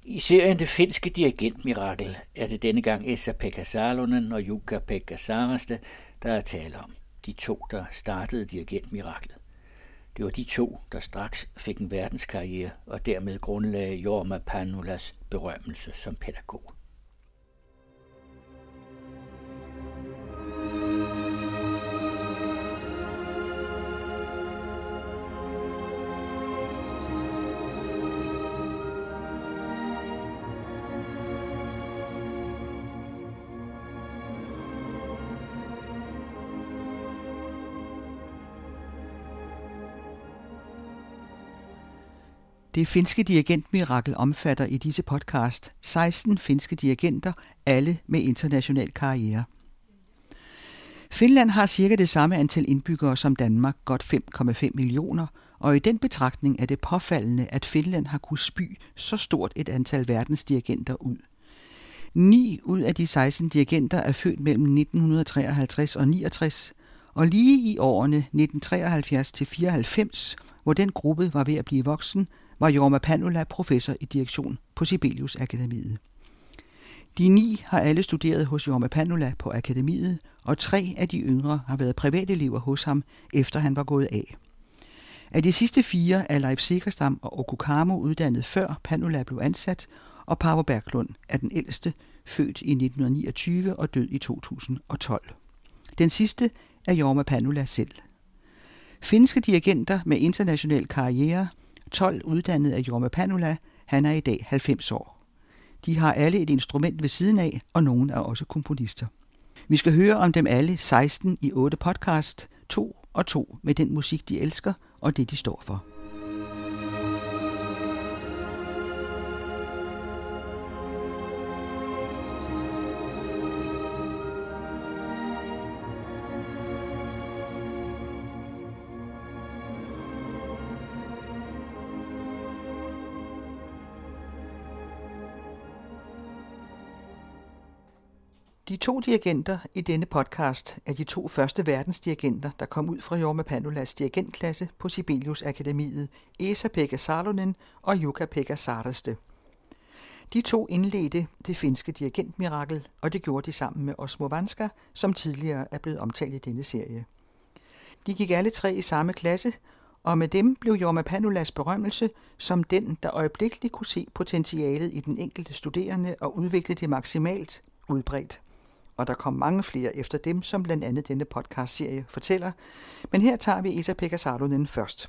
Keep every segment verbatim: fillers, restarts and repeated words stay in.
I serien Det finske dirigentmirakel er det denne gang Esa-Pekka Salonen og Jukka-Pekka Saraste, der er tale om. De to, der startede dirigentmiraklet. Det var de to, der straks fik en verdenskarriere og dermed grundlagde Jorma Pannulas berømmelse som pædagog. Det finske dirigentmirakel omfatter i disse podcast seksten finske dirigenter, alle med international karriere. Finland har cirka det samme antal indbyggere som Danmark, godt fem komma fem millioner, og i den betragtning er det påfaldende, at Finland har kunnet spy så stort et antal verdensdirigenter ud. Ni ud af de seksten dirigenter er født mellem nitten treoghalvtreds og niogtres, og lige i årene nitten treoghalvfjerds til fireoghalvfems, hvor den gruppe var ved at blive voksen, var Jorma Pannula professor i direktion på Sibelius Akademiet. De ni har alle studeret hos Jorma Pannula på akademiet, og tre af de yngre har været privatelever hos ham, efter han var gået af. Af de sidste fire er Leif Segerstam og Okko Kamo uddannet før Pannula blev ansat, og Paavo Berglund er den ældste, født i nitten niogtyve og død i to tusind og tolv. Den sidste er Jorma Pannula selv. Finske dirigenter med international karriere, tolv uddannet af Jorma Pannula, han er i dag halvfems år. De har alle et instrument ved siden af, og nogle er også komponister. Vi skal høre om dem alle seksten i otte podcast, to og to med den musik, de elsker og det, de står for. De to dirigenter i denne podcast er de to første verdensdirigenter, der kom ud fra Jorma Pannulas dirigentklasse på Sibelius Akademiet, Esa-Pekka Salonen og Jukka-Pekka Saraste. De to indledte det finske dirigentmirakel, og det gjorde de sammen med Osmo Vanska, som tidligere er blevet omtalt i denne serie. De gik alle tre i samme klasse, og med dem blev Jorma Pannulas berømmelse som den, der øjeblikkeligt kunne se potentialet i den enkelte studerende og udvikle det maksimalt, udbredt. Og der kom mange flere efter dem, som blandt andet denne podcastserie fortæller, men her tager vi Esa-Pekka Salonen først.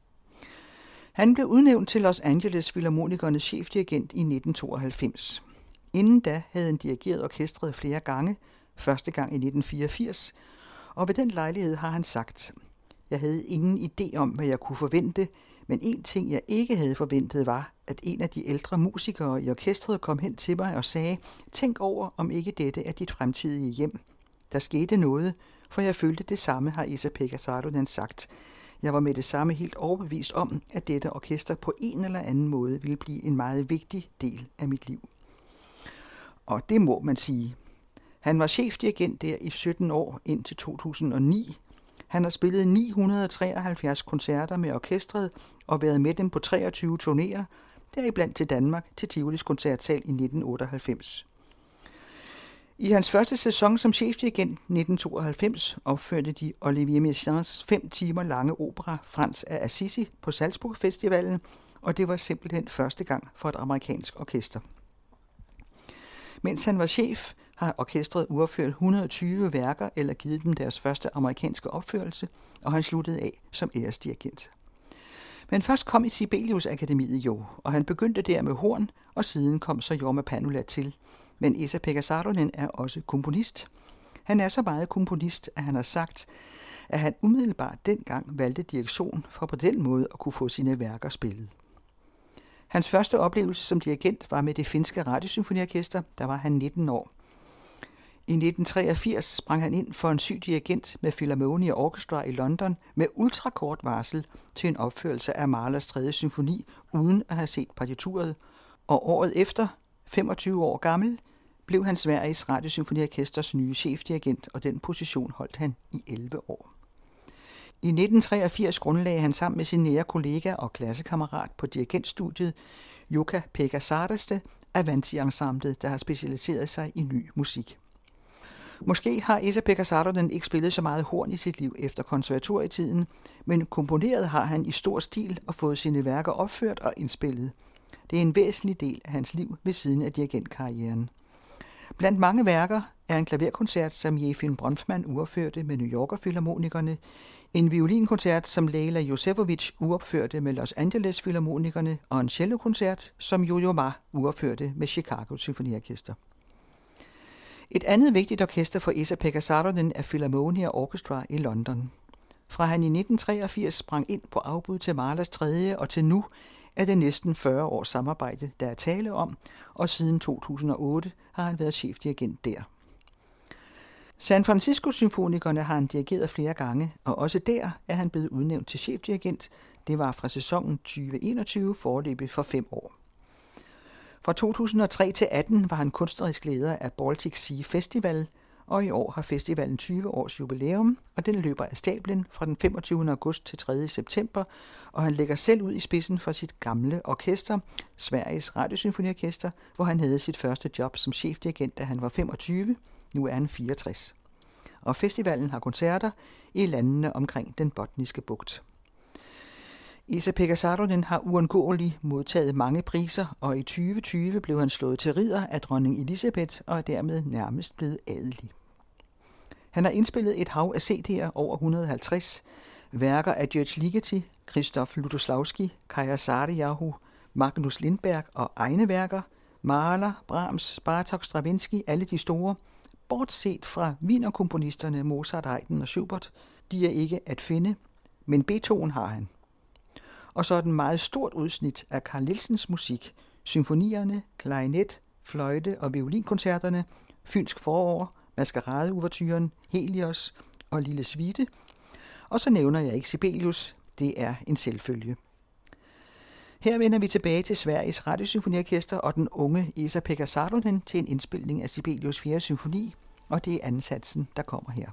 Han blev udnævnt til Los Angeles Filharmonikernes chefdirigent i nitten tooghalvfems. Inden da havde han dirigeret orkestret flere gange, første gang i nitten fireogfirs, og ved den lejlighed har han sagt: "Jeg havde ingen idé om, hvad jeg kunne forvente, men en ting, jeg ikke havde forventet, var, at en af de ældre musikere i orkestret kom hen til mig og sagde: Tænk over, om ikke dette er dit fremtidige hjem. Der skete noget, for jeg følte det samme, har Esa-Pekka Salonen sagt. Jeg var med det samme helt overbevist om, at dette orkester på en eller anden måde ville blive en meget vigtig del af mit liv." Og det må man sige. Han var chefdirigent der i sytten år indtil to tusind og ni. Han har spillet ni hundrede og treoghalvfjerds koncerter med orkestret og været med dem på treogtyve turnéer, deriblandt til Danmark til Tivolis Koncertsal i nitten otteoghalvfems. I hans første sæson som chefdirigent nitten tooghalvfems opførte de Olivier Messiaens fem timer lange opera Frans af Assisi på Salzburg Festivalen, og det var simpelthen første gang for et amerikansk orkester. Mens han var chef, har orkestret uopført et hundrede og tyve værker eller givet dem deres første amerikanske opførelse, og han sluttede af som æresdirigent. Men først kom i Sibelius Akademiet jo, og han begyndte der med horn, og siden kom så Jorma Pannula til. Men Esa-Pekka Salonen er også komponist. Han er så meget komponist, at han har sagt, at han umiddelbart dengang valgte direktion for på den måde at kunne få sine værker spillet. Hans første oplevelse som dirigent var med det finske radiosymfoniorkester, der var han nitten år. I nitten treogfirs sprang han ind for en syg dirigent med Philharmonia Orchestra i London med ultrakort varsel til en opførelse af Mahlers tredje symfoni, uden at have set partituret, og året efter, femogtyve år gammel, blev han Sveriges Radiosymfoniorkesters nye chefdirigent, og den position holdt han i elleve år. I nitten treogfirs grundlagde han sammen med sin nære kollega og klassekammerat på dirigentstudiet Jukka-Pekka Saariste, Avanti-ensemblet, der har specialiseret sig i ny musik. Måske har Esa-Pekka Saarinen ikke spillet så meget horn i sit liv efter konservatorietiden, men komponeret har han i stor stil og fået sine værker opført og indspillet. Det er en væsentlig del af hans liv ved siden af dirigentkarrieren. Blandt mange værker er en klaverkoncert, som Jefim Bronfman uopførte med New Yorker Filharmonikerne, en violinkoncert, som Leila Josefovic uopførte med Los Angeles Filharmonikerne, og en cellokoncert, som Yo-Yo Ma uopførte med Chicago Symfoniorkester. Et andet vigtigt orkester for Esa-Pekka Saarinen er Philharmonia Orchestra i London. Fra han i nitten treogfirs sprang ind på afbud til Mahlers tredje og til nu er det næsten fyrre års samarbejde, der er tale om, og siden to tusind og otte har han været chefdirigent der. San Francisco Symfonikerne har han dirigeret flere gange, og også der er han blevet udnævnt til chefdirigent. Det var fra sæsonen tyve enogtyve, foreløbig for fem år. Fra to tusind og tre til atten var han kunstnerisk leder af Baltic Sea Festival, og i år har festivalen tyve års jubilæum, og den løber af stablen fra den femogtyvende august til tredje september, og han lægger selv ud i spidsen for sit gamle orkester, Sveriges Radiosymfoniorkester, hvor han havde sit første job som chefdirigent, da han var femogtyve. Nu er han fireogtres. Og festivalen har koncerter i landene omkring den Botniske Bugt. Esa-Pekka Saarinen har uundgåeligt modtaget mange priser, og i tyve tyve blev han slået til ridder af dronning Elisabeth og er dermed nærmest blevet adelig. Han har indspillet et hav af C D'er, over et hundrede og halvtreds, værker af George Ligeti, Krzysztof Lutosławski, Kaja Saariaho, Magnus Lindberg og egne værker, Mahler, Brahms, Bartók, Stravinsky, alle de store, bortset fra wienerkomponisterne Mozart, Haydn og Schubert. De er ikke at finde, men Beethoven har han. Og så er den meget stort udsnit af Carl Nielsens musik, symfonierne, klarinet, fløjte og violinkoncerterne, Fynsk forår, Maskeradeuverturen, Helios og Lille Suite. Og så nævner jeg ikke Sibelius, det er en selvfølge. Her vender vi tilbage til Sveriges Radiosymfoniorkester og den unge Esa-Pekka Saarinen til en indspilning af Sibelius fjerde symfoni, og det er anden satsen, der kommer her.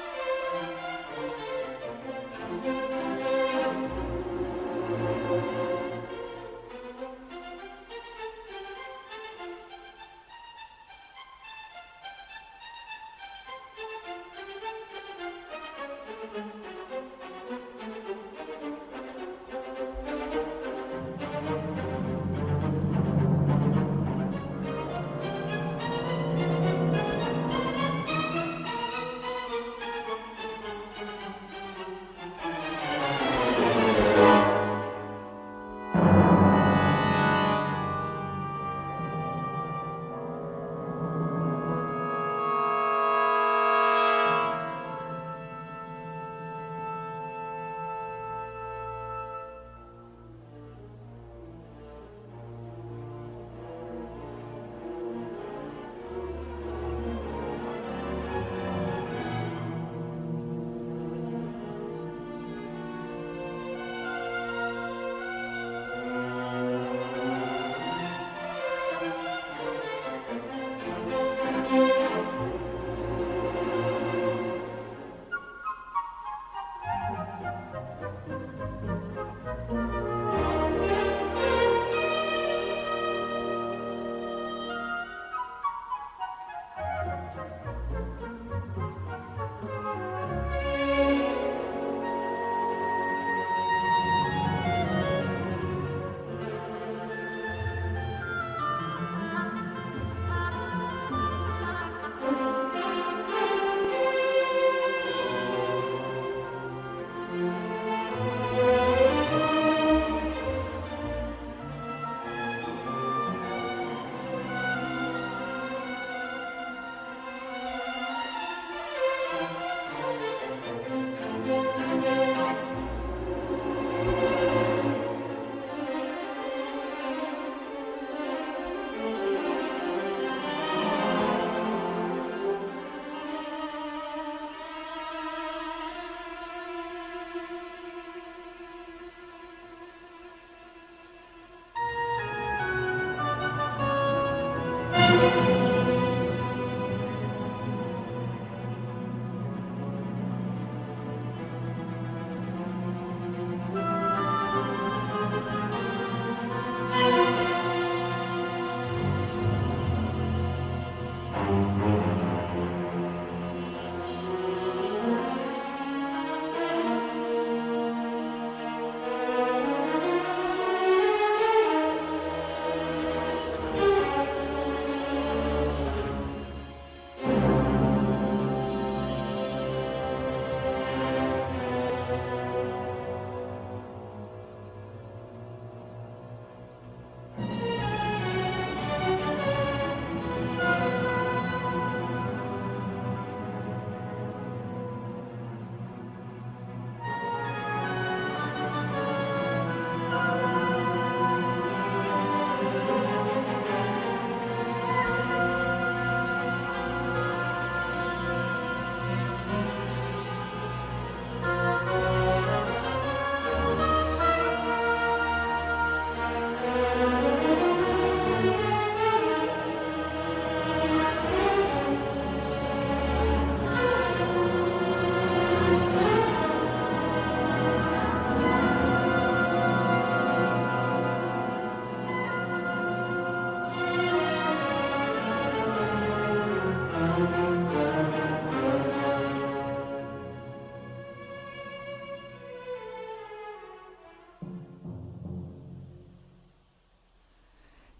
Thank you.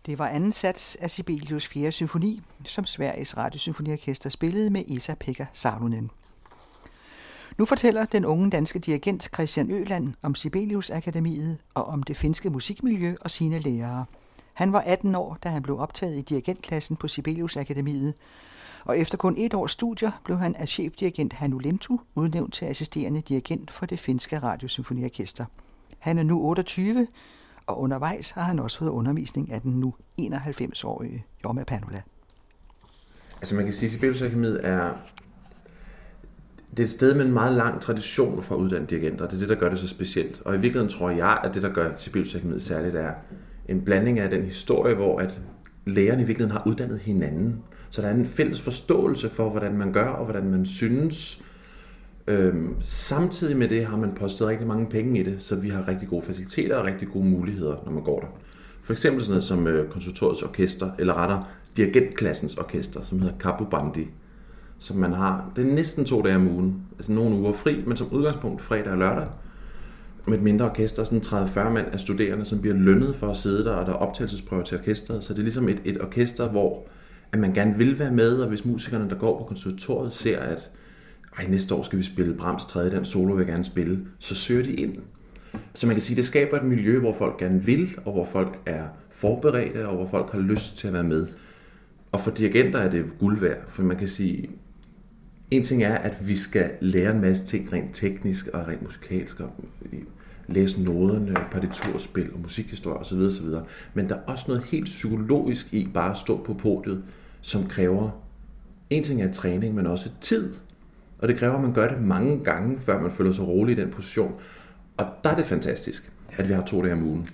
Det var anden sats af Sibelius fjerde symfoni, som Sveriges Radiosymfoniorkester spillede med Esa-Pekka Salonen. Nu fortæller den unge danske dirigent Christian Øland om Sibelius Akademiet og om det finske musikmiljø og sine lærere. Han var atten år, da han blev optaget i dirigentklassen på Sibelius Akademiet, og efter kun et års studier blev han af chefdirigent Hannu Lintu udnævnt til assisterende dirigent for det finske Radiosymfoniorkester. Han er nu otteogtyve, og undervejs har han også fået undervisning af den nu enoghalvfems-årige Jorma Panula. Altså man kan sige, at Sibelius Akademiet er, det er et sted med en meget lang tradition for uddannede dirigenter, og det er det, der gør det så specielt. Og i virkeligheden tror jeg, at det, der gør Sibelius Akademiet særligt, er en blanding af den historie, hvor at lærerne i virkeligheden har uddannet hinanden. Så der er en fælles forståelse for, hvordan man gør, og hvordan man synes. Øhm, samtidig med det har man postet rigtig mange penge i det, så vi har rigtig gode faciliteter og rigtig gode muligheder, når man går der. For eksempel sådan noget som øh, konservatoriets orkester, eller rettere dirigentklassens orkester, som hedder Capo Bandi, som man har. Det er næsten to dage om ugen, altså nogle uger fri, men som udgangspunkt fredag og lørdag, med et mindre orkester, sådan tredive til fyrre mand af studerende, som bliver lønnet for at sidde der, og der er optagelsesprøver til orkestret, så det er ligesom et, et orkester, hvor at man gerne vil være med, og hvis musikerne, der går på konservatoriet, ser, at ej, næste år skal vi spille Brahms tredje, den solo vil jeg gerne spille, så søger de ind. Så man kan sige, at det skaber et miljø, hvor folk gerne vil, og hvor folk er forberedte, og hvor folk har lyst til at være med. Og for dirigenter er det guld værd, for man kan sige, en ting er, at vi skal lære en masse ting rent teknisk og rent musikalsk, og læse noderne, partiturspil og musikhistorie osv. osv. Men der er også noget helt psykologisk i bare at stå på podiet, som kræver, en ting er træning, men også tid. Og det kræver, at man gør det mange gange, før man føler sig rolig i den position. Og der er det fantastisk, at vi har to dage om ugen.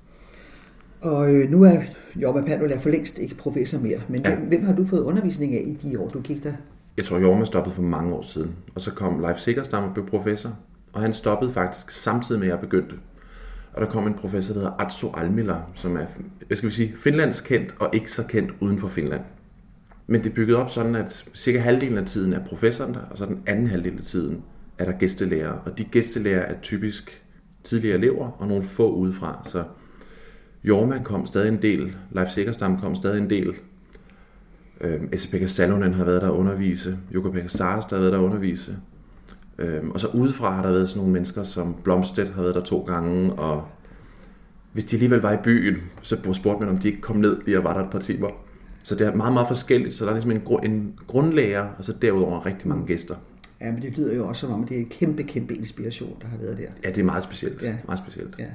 Og øh, nu er Jorma Panula for længst ikke professor mere, men ja. hvem har du fået undervisning af i de år, du gik der? Jeg tror, Jorma stoppede for mange år siden, og så kom Leif Sikkerstam og blev professor, og han stoppede faktisk samtidig med, at jeg begyndte. Og der kom en professor, der hedder Atso Almila, som er, jeg skal sige, Finlands kendt og ikke så kendt uden for Finland. Men det er bygget op sådan, at cirka halvdelen af tiden er professoren der, og så den anden halvdel af tiden er der gæstelærer. Og de gæstelærer er typisk tidligere elever og nogle få udefra. Så Jorma kom stadig en del, Leif Sikkerstam kom stadig en del. Øhm, Esa-Pekka Salonen har været der at undervise, Jukka-Pekka Saariste har været der at undervise. Øhm, og så udefra har der været sådan nogle mennesker, som Blomstedt har været der to gange, og hvis de alligevel var i byen, så spurgte man, om de ikke kom ned lige og var der et par timer. Så det er meget, meget forskelligt, så der er ligesom en, gru- en grundlærer, og så derudover rigtig mange gæster. Ja, men det lyder jo også som om, det er en kæmpe, kæmpe inspiration, der har været der. Ja, det er meget specielt. Ja. Meget specielt. Ja.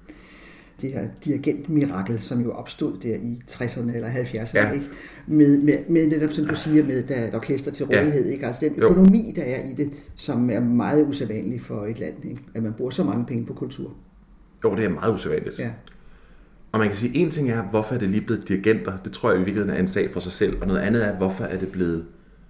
Det her dirigentmirakel, som jo opstod der i tresserne eller halvfjerdserne, ja. ikke? Med, med, med netop, som du siger, med der er et orkester til rådighed, ja. Ikke? Altså den økonomi, jo. Der er i det, som er meget usædvanlig for et land, ikke? At man bruger så mange penge på kultur. Jo, det er meget usædvanligt. Ja. Og man kan sige, en ting er, hvorfor er det lige blevet dirigenter? Det tror jeg i virkeligheden er en sag for sig selv. Og noget andet er, hvorfor er det blevet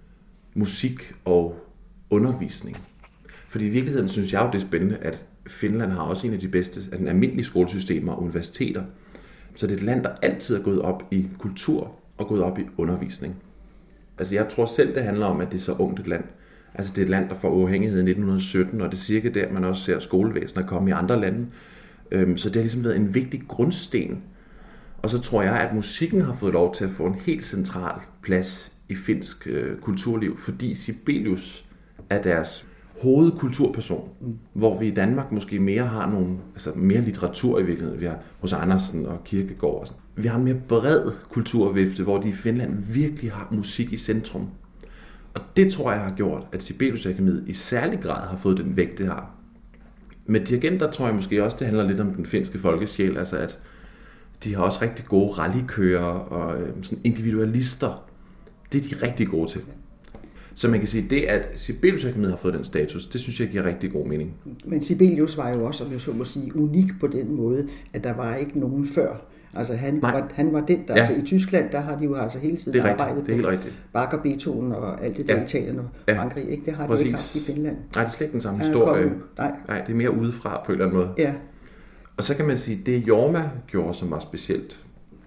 musik og undervisning? Fordi i virkeligheden synes jeg jo, det er spændende, at Finland har også en af de bedste af den almindelige skolesystemer og universiteter. Så det er et land, der altid er gået op i kultur og gået op i undervisning. Altså jeg tror selv, det handler om, at det er så ungt et land. Altså det er et land, der får uafhængighed i nitten sytten, og det er cirka der, man også ser skolevæsener komme i andre lande. Så det har ligesom været en vigtig grundsten. Og så tror jeg, at musikken har fået lov til at få en helt central plads i finsk øh, kulturliv, fordi Sibelius er deres hovedkulturperson, mm. hvor vi i Danmark måske mere har nogle, altså mere litteratur i virkeligheden. Vi har hos Andersen og Kierkegaard og sådan. Vi har en mere bred kulturvifte, hvor de i Finland virkelig har musik i centrum. Og det tror jeg har gjort, at Sibelius Akademiet i særlig grad har fået den vægt, det har. Med dirigenter tror jeg måske også, det handler lidt om den finske folkesjæl, altså at de har også rigtig gode rallykører og øh, sådan individualister. Det er de rigtig gode til. Så man kan sige, det at Sibelius Akademiet har fået den status, det synes jeg giver rigtig god mening. Men Sibelius var jo også, om jeg så må sige, unik på den måde, at der var ikke nogen før. Altså han, var, han var den, der ja. Altså i Tyskland, der har de jo altså hele tiden arbejdet det er på rigtigt. Bach og Beethoven og alt det der ja. Italien og ja. Frankrig, ikke? Det har de ikke haft i Finland. Nej, det er slet ikke den samme historie. Nej. Nej, det er mere udefra på en eller anden måde. Ja. Og så kan man sige, det Jorma gjorde, som var specielt,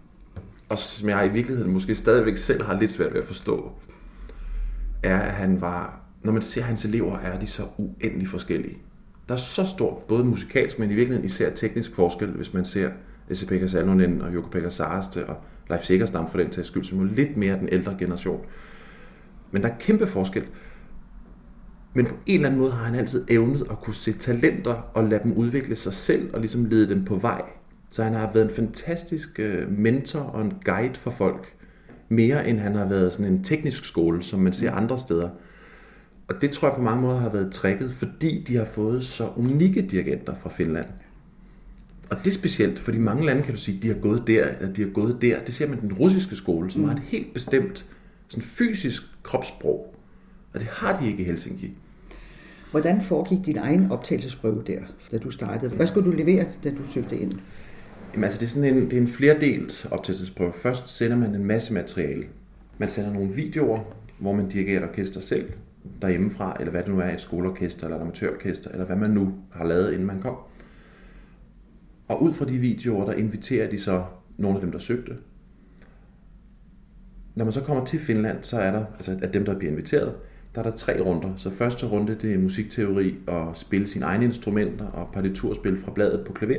og som jeg i virkeligheden måske stadigvæk selv har lidt svært ved at forstå, er, at han var, når man ser hans elever, er de så uendelig forskellige. Der er så stor, både musikalsk, men i virkeligheden især teknisk forskel, hvis man ser Esa-Pekka Salonen og Jukka-Pekka Saariste og Leif Segerstam for den tages skyld, som er lidt mere den ældre generation. Men der er kæmpe forskel. Men på en eller anden måde har han altid evnet at kunne se talenter og lade dem udvikle sig selv og ligesom lede dem på vej. Så han har været en fantastisk mentor og en guide for folk. Mere end han har været sådan en teknisk skole, som man ser andre steder. Og det tror jeg på mange måder har været tricket, fordi de har fået så unikke dirigenter fra Finland. Og det er specielt, fordi mange lande kan du sige, de har gået der, eller de har gået der. Det ser man den russiske skole, som mm. har et helt bestemt sådan fysisk kropssprog. Og det har de ikke i Helsinki. Hvordan foregik din egen optagelsesprøve der, da du startede? Hvad skulle du levere, da du søgte ind? Jamen, altså, det er sådan en, det er en flerdelt optagelsesprøve. Først sender man en masse materiale. Man sender nogle videoer, hvor man dirigerer et orkester selv derhjemmefra, eller hvad det nu er, et skoleorkester eller et amatørorkester, eller hvad man nu har lavet, inden man kom. Og ud fra de videoer, der inviterer de så nogle af dem, der søgte. Når man så kommer til Finland, så er der, altså af dem, der bliver inviteret, der er der tre runder. Så første runde, det er musikteori og spille sine egne instrumenter og partiturspil fra bladet på klaver.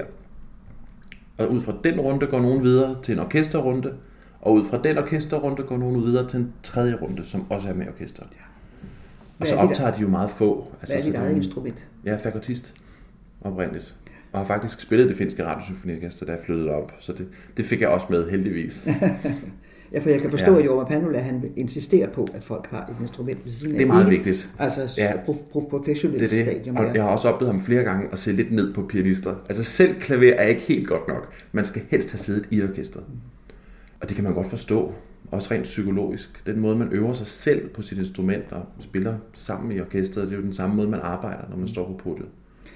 Og ud fra den runde går nogen videre til en orkesterrunde, og ud fra den orkesterrunde går nogen videre til en tredje runde, som også er med orkestret. Ja. Og så optager de jo meget få. Altså, hvad er dit eget instrument? Jeg er fagottist oprindeligt. Og har faktisk spillet det finske radiosymfoniorkester, da jeg flyttede op. Så det, det fik jeg også med, heldigvis. Ja, for jeg kan forstå, ja. At Jorma Panula, han insisterer på, at folk har et instrument ved siden af. Det er meget ikke, vigtigt. Altså ja. professionelt det det. Stadium. Og jeg har også oplevet ham flere gange at se lidt ned på pianister. Altså selv klaver er ikke helt godt nok. Man skal helst have siddet i orkestret. Og det kan man godt forstå. Også rent psykologisk. Den måde, man øver sig selv på sit instrument og spiller sammen i orkestret, det er jo den samme måde, man arbejder, når man står på podiet.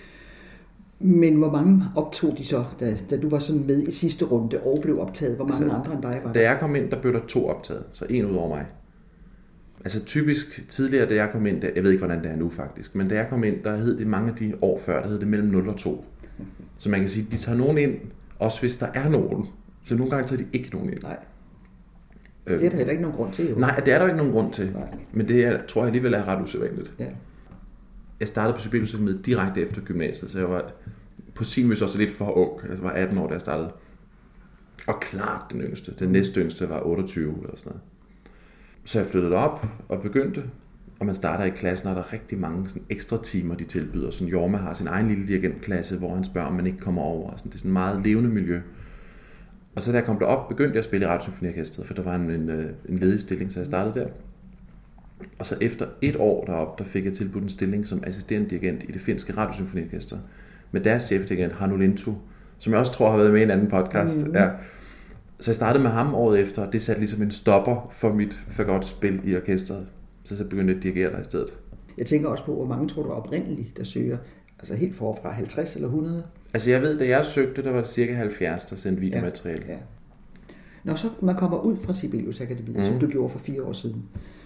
Men hvor mange optog de så, da, da du var sådan med i sidste runde og blev optaget? Hvor mange altså, andre end dig var der? Da jeg kom ind, der blev der to optaget, så en ud over mig. Altså typisk tidligere, da jeg kom ind, jeg ved ikke, hvordan det er nu faktisk, men da jeg kom ind, der hed det mange af de år før, der hed det mellem nul og to. Så man kan sige, de tager nogen ind, også hvis der er nogen. Så nogle gange tager de ikke nogen ind. Nej. Det er der heller ikke nogen grund til, jo. Nej, det er der ikke nogen grund til. Nej. Men det er, tror jeg alligevel er ret usædvanligt. Ja. Jeg startede på Sibelius Akademiet direkte efter gymnasiet, så jeg var på sin vis også lidt for ung. Jeg var atten år, da jeg startede. Og klart den yngste. Den næste yngste var otteogtyve eller sådan noget. Så jeg flyttede op og begyndte. Og man starter i klassen, og der er rigtig mange sådan, ekstra timer, de tilbyder. Sådan Jorma har sin egen lille dirigentklasse, hvor han spørger, om man ikke kommer over. Sådan, det er sådan et meget levende miljø. Og så da jeg kom derop, begyndte jeg at spille i Radiosymfoniorkestret, for der var en, en, en ledig stilling, så jeg startede der. Og så efter et år deroppe, der fik jeg tilbudt en stilling som assisterende dirigent i det finske Radiosymfoniorkester, med deres chefdirigent Hannu Lintu, som jeg også tror har været med i en anden podcast. Mm. Ja. Så jeg startede med ham året efter, og det satte ligesom en stopper for mit fagotspil i orkestret. Så så begyndte jeg at dirigere der i stedet. Jeg tænker også på, hvor mange tror du oprindeligt, der søger? Altså helt forfra halvtreds eller hundrede? Altså jeg ved, da jeg søgte, der var det cirka halvfjerds, der sendte videomateriale. Ja, ja. Når så man kommer ud fra Sibelius Akademiet, mm. som du gjorde for fire år siden,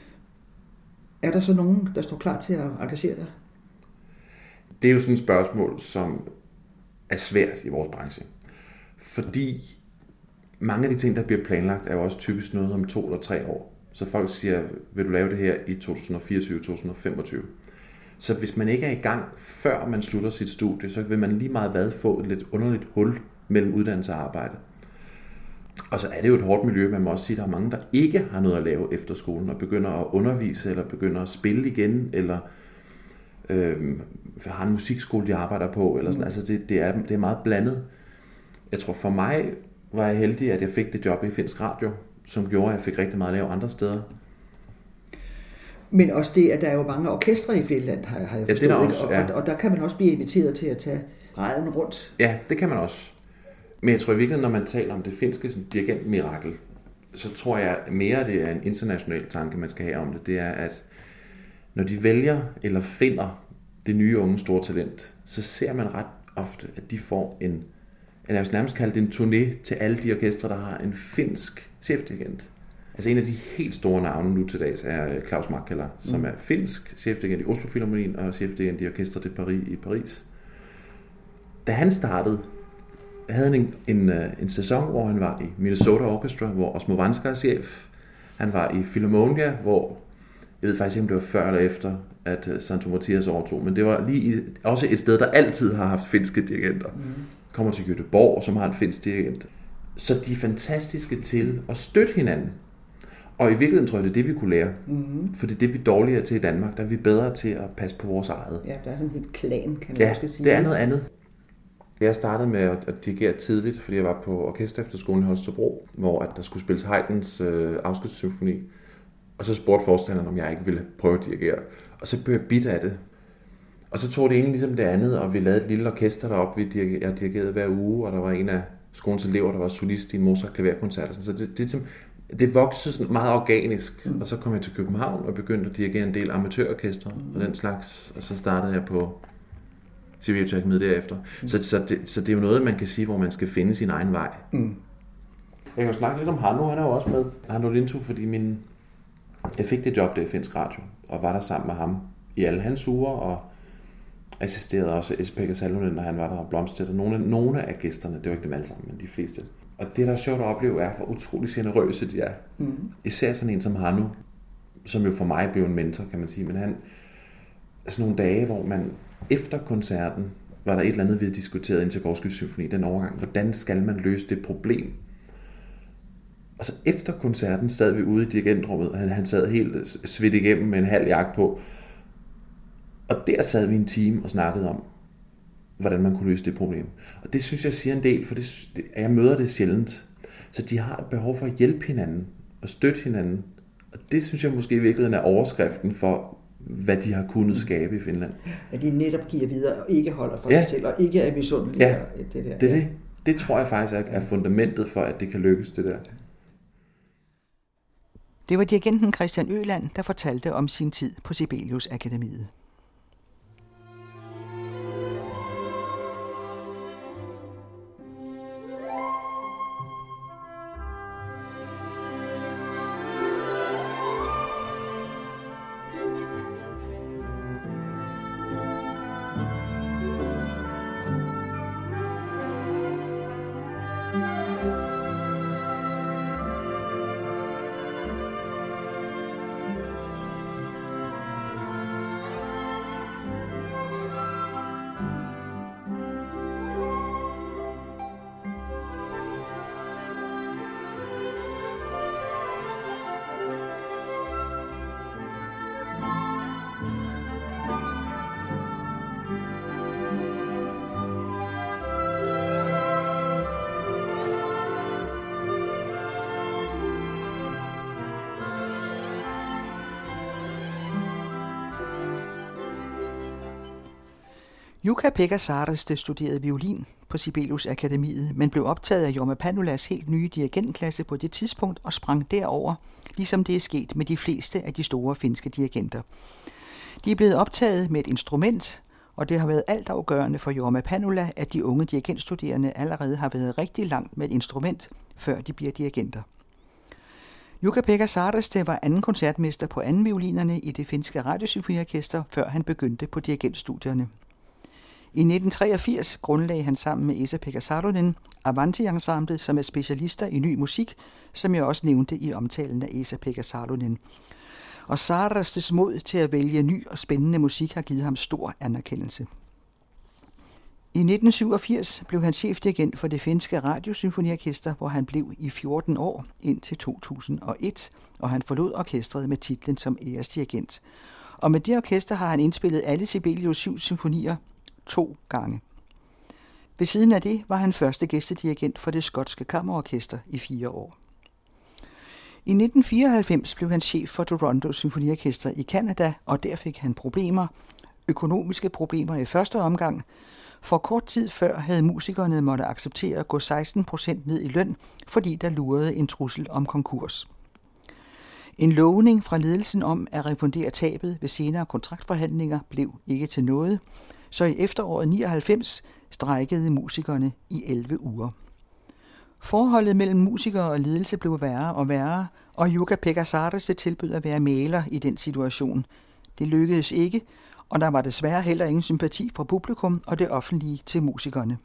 er der så nogen, der står klar til at engagere dig? Det er jo sådan et spørgsmål, som er svært i vores branche. Fordi mange af de ting, der bliver planlagt, er jo også typisk noget om to eller tre år. Så folk siger, vil du lave det her i to tusind fireogtyve til to tusind femogtyve? Så hvis man ikke er i gang, før man slutter sit studie, så vil man lige meget hvad få et lidt underligt hul mellem uddannelse og arbejde. Og så er det jo et hårdt miljø, man må også sige, at der er mange, der ikke har noget at lave efter skolen, og begynder at undervise, eller begynder at spille igen, eller øh, har en musikskole, de arbejder på. Eller sådan. Altså det, det, er, det er meget blandet. Jeg tror for mig var jeg heldig, at jeg fik det job i Finsk Radio, som gjorde, at jeg fik rigtig meget at lave andre steder. Men også det, at der er jo mange orkestre i Finland, har, har jeg forstået. Ja, det er der også, ja. og, og der kan man også blive inviteret til at tage ræden rundt. Ja, det kan man også. Men jeg tror i virkeligheden, når man taler om det finske sådan, dirigentmirakel, så tror jeg mere, det er en international tanke, man skal have om det. Det er, at når de vælger eller finder det nye unge store talent, så ser man ret ofte, at de får en, jeg vil nærmest kalde det en turné til alle de orkestre, der har en finsk chefdirigent. Altså en af de helt store navne nu til dags er Klaus Mackela, mm. som er finsk chefdirigent i Oslo Philharmonien og chefdirigent i Orchestre de Paris i Paris. Da han startede, havde han en, en, en sæson, hvor han var i Minnesota Orchestra, hvor Osmo Vanska er chef. Han var i Philharmonia, hvor, jeg ved faktisk ikke, om det var før eller efter, at Santo Mathias overtog, men det var lige også et sted, der altid har haft finske dirigenter. Mm. Kommer til Göteborg, som har en finsk dirigent. Så de er fantastiske til at støtte hinanden. Og i virkeligheden tror jeg, det er det, vi kunne lære. Mm-hmm. For det er det, vi er dårligere til i Danmark. Der er vi bedre til at passe på vores eget. Ja, der er sådan en helt klan, kan man ja, måske sige. det er noget andet. Jeg startede med at, at dirigere tidligt, fordi jeg var på orkesterefterskolen i Holstebro, hvor at der skulle spilles Haydns øh, afskedssymfoni. Og så spurgte forstanderen, om jeg ikke ville prøve at dirigere. Og så blev jeg bidt af det. Og så tog det egentlig ligesom det andet, og vi lavede et lille orkester deroppe. Vi dirigerede, jeg dirigerede hver uge, og der var en af skolens elever, der var solist i en Mozart-klaverkoncert. Så det, det, det voksede sådan meget organisk. Mm. Og så kom jeg til København og begyndte at dirigere en del amatørorkestre mm. og den slags. Og så startede jeg på Civiltekniet derefter. Mm. Så, så, det, så det er jo noget, man kan sige, hvor man skal finde sin egen vej. Mm. Jeg kan jo snakke lidt om Hanno, han er jo også med. Hanno Lintu, fordi min... jeg fik det job der i Finsk Radio, og var der sammen med ham i alle hans uger, og assisterede også Esa-Pekka Salonen, når han var der, og Blomstedt, og nogle, nogle af gæsterne, det var ikke dem alle sammen, men de fleste. Og det, der er sjovt at opleve, er, hvor utrolig generøse de er. Mm. Især sådan en som Hanno, som jo for mig blev en mentor, kan man sige, men han... sådan nogle dage, hvor man efter koncerten, var der et eller andet, vi havde diskuteret ind til Gorskys symfoni, den overgang, hvordan skal man løse det problem? Og så efter koncerten sad vi ude i dirigentrummet, og han, han sad helt svedt igennem med en halv jakke på. Og der sad vi en time og snakkede om, hvordan man kunne løse det problem. Og det synes jeg siger en del, for det, jeg møder det sjældent. Så de har et behov for at hjælpe hinanden og støtte hinanden. Og det synes jeg måske i virkeligheden er overskriften for, hvad de har kunnet skabe i Finland. At de netop giver videre og ikke holder for ja. sig selv, og ikke er misundelige. Ja, det, der. det er det. Det tror jeg faktisk er fundamentet for, at det kan lykkes, det der. Det var dirigenten Christian Øland, der fortalte om sin tid på Sibelius Akademiet. Jukka-Pekka Saaristo studerede violin på Sibelius Akademiet, men blev optaget af Jorma Pannulas helt nye dirigentklasse på det tidspunkt og sprang derover, ligesom det er sket med de fleste af de store finske dirigenter. De er blevet optaget med et instrument, og det har været altafgørende for Jorma Pannula, at de unge dirigentstuderende allerede har været rigtig langt med et instrument, før de bliver dirigenter. Jukka-Pekka Saaristo var anden koncertmester på anden violinerne i det finske radiosymfoniorkester, før han begyndte på dirigentstudierne. I nitten treogfirs grundlagde han sammen med Esa-Pekka Salonen Avanti-ensemblet, som er specialister i ny musik, som jeg også nævnte i omtalen af Esa-Pekka Salonen. Og Saaristos mod til at vælge ny og spændende musik har givet ham stor anerkendelse. I nitten syvogfirs blev han chefdirigent for det finske radiosymfoniorkester, hvor han blev i fjorten år indtil to tusind og et, og han forlod orkestret med titlen som æresdirigent. Og med det orkester har han indspillet alle Sibelius syv symfonier to gange. Ved siden af det var han første gæstedirigent for det skotske kammerorkester i fire år. I nitten fireoghalvfems blev han chef for Toronto Symfoniorkester i Canada, og der fik han problemer, økonomiske problemer i første omgang. For kort tid før havde musikerne måtte acceptere at gå seksten procent ned i løn, fordi der lurede en trussel om konkurs. En lovning fra ledelsen om at refundere tabet ved senere kontraktforhandlinger blev ikke til noget, så i efteråret nioghalvfems strejkede musikerne i elleve uger. Forholdet mellem musikere og ledelse blev værre og værre, og Jukka-Pekka Saaristo tilbød at være maler i den situation. Det lykkedes ikke, og der var desværre heller ingen sympati fra publikum og det offentlige til musikerne.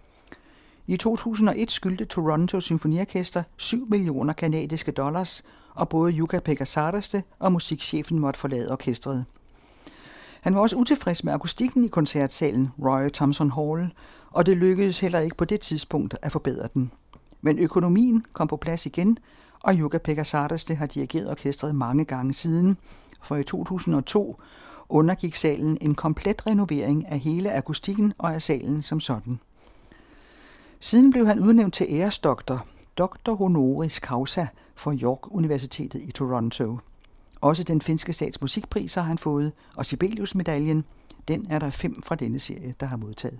I to tusind og et skyldte Toronto Symfoniorkester syv millioner kanadiske dollars, og både Jukka-Pekka Saaristo og musikchefen måtte forlade orkestret. Han var også utilfreds med akustikken i koncertsalen Roy Thomson Hall, og det lykkedes heller ikke på det tidspunkt at forbedre den. Men økonomien kom på plads igen, og Jukka-Pekka Saraste har dirigeret orkestret mange gange siden, for i to tusind og to undergik salen en komplet renovering af hele akustikken og af salen som sådan. Siden blev han udnævnt til æresdoktor, doktor honoris causa, for York Universitetet i Toronto. Også den finske stats musikpris har han fået, og Sibelius-medaljen, den er der fem fra denne serie, der har modtaget.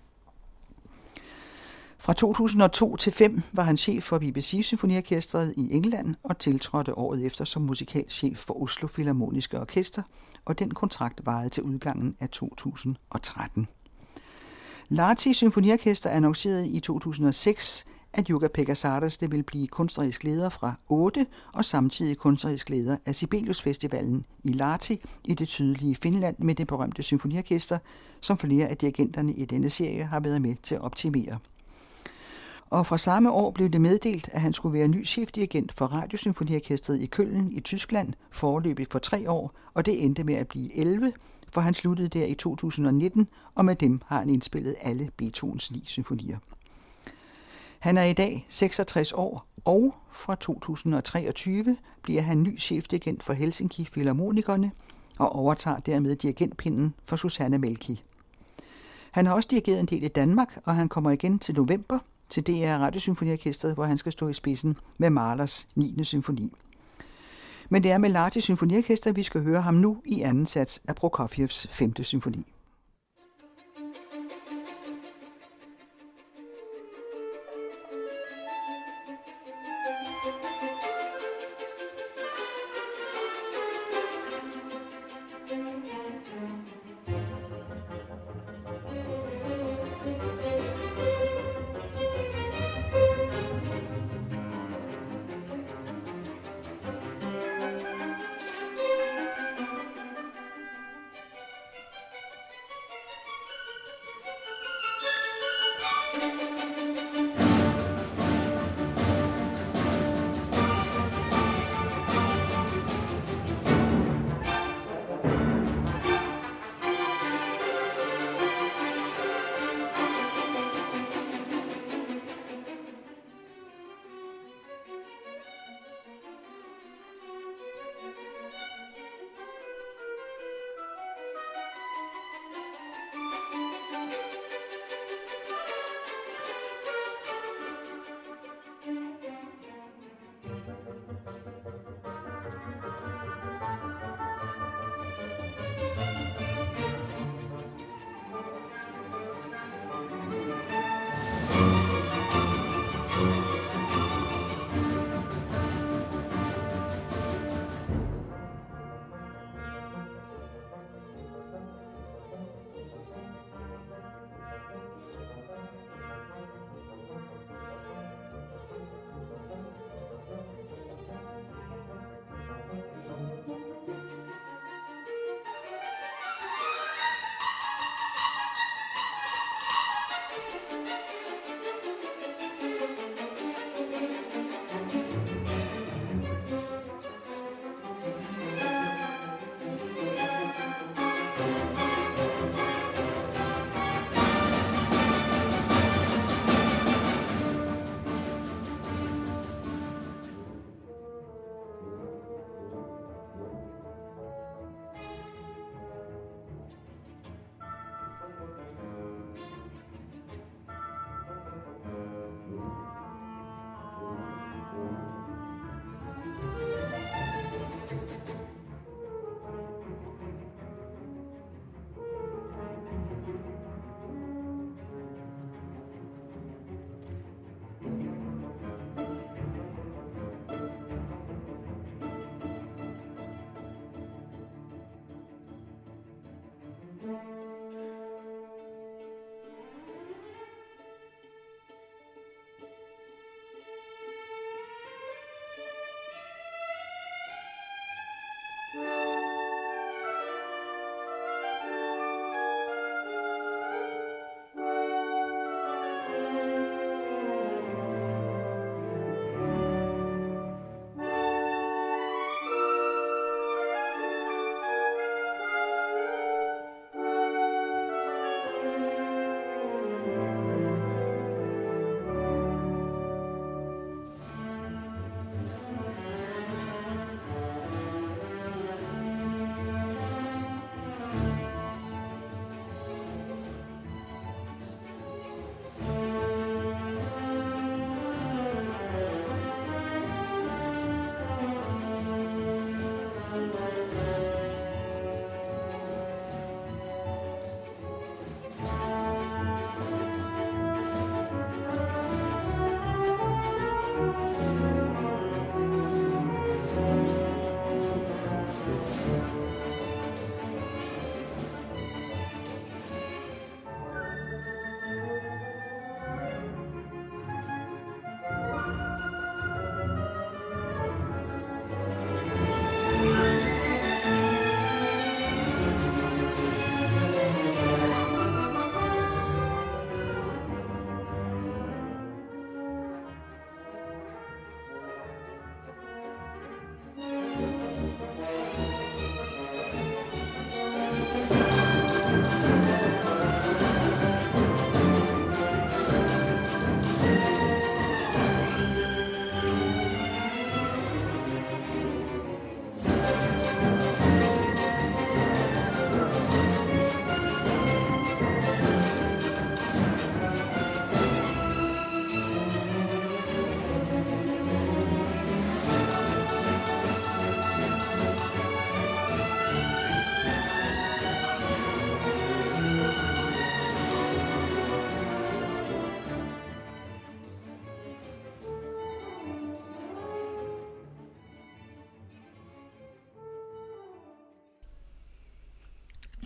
Fra to tusind og to til fem var han chef for B B C-symfoniorkestret i England og tiltrådte året efter som musikalchef for Oslo Filharmoniske Orkester, og den kontrakt varede til udgangen af to tusind og tretten. Lahti Symfoniorkester annoncerede i to tusind og seks, at Jukka-Pekka Saraste vil blive kunstnerisk leder fra otte og samtidig kunstnerisk leder af Sibelius-festivalen i Lahti i det sydlige Finland med det berømte symfoniorkester, som flere af dirigenterne i denne serie har været med til at optimere. Og fra samme år blev det meddelt, at han skulle være ny chefdirigent for Radiosymfoniorkestret i Köln i Tyskland, foreløbig for tre år, og det endte med at blive elleve, for han sluttede der i to tusind og nitten, og med dem har han indspillet alle Beethovens ni symfonier. Han er i dag seksogtres år, og fra to tusind og treogtyve bliver han ny chefdirigent for Helsinki Filharmonikerne og overtager dermed dirigentpinden for Susanne Melki. Han har også dirigeret en del i Danmark, og han kommer igen til november til D R Radiosymfoniorkestret, hvor han skal stå i spidsen med Mahlers niende symfoni. Men det er med Lahti Symfoniorkester, vi skal høre ham nu i anden sats af Prokofievs femte symfoni.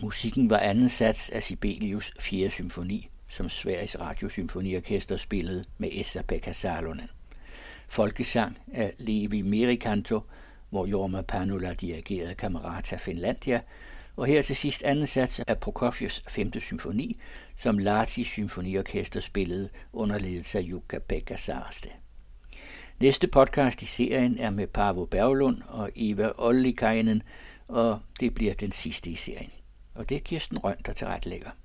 Musikken var anden sats af Sibelius fjerde symfoni, som Sveriges Radiosymfoniorkester spillede med Esa-Pekka Salonen. Folkesang af Levi Merikanto, hvor Jorma Panula dirigerede Camerata Finlandia, og her til sidst anden sats af Prokofjevs femte symfoni, som Lahtis Symfoniorkester spillede under ledelse af Jukka-Pekka Saraste. Næste podcast i serien er med Paavo Berglund og Eva Ollikainen, og det bliver den sidste i serien. Og det er Kirsten Røn, der tilrettelægger.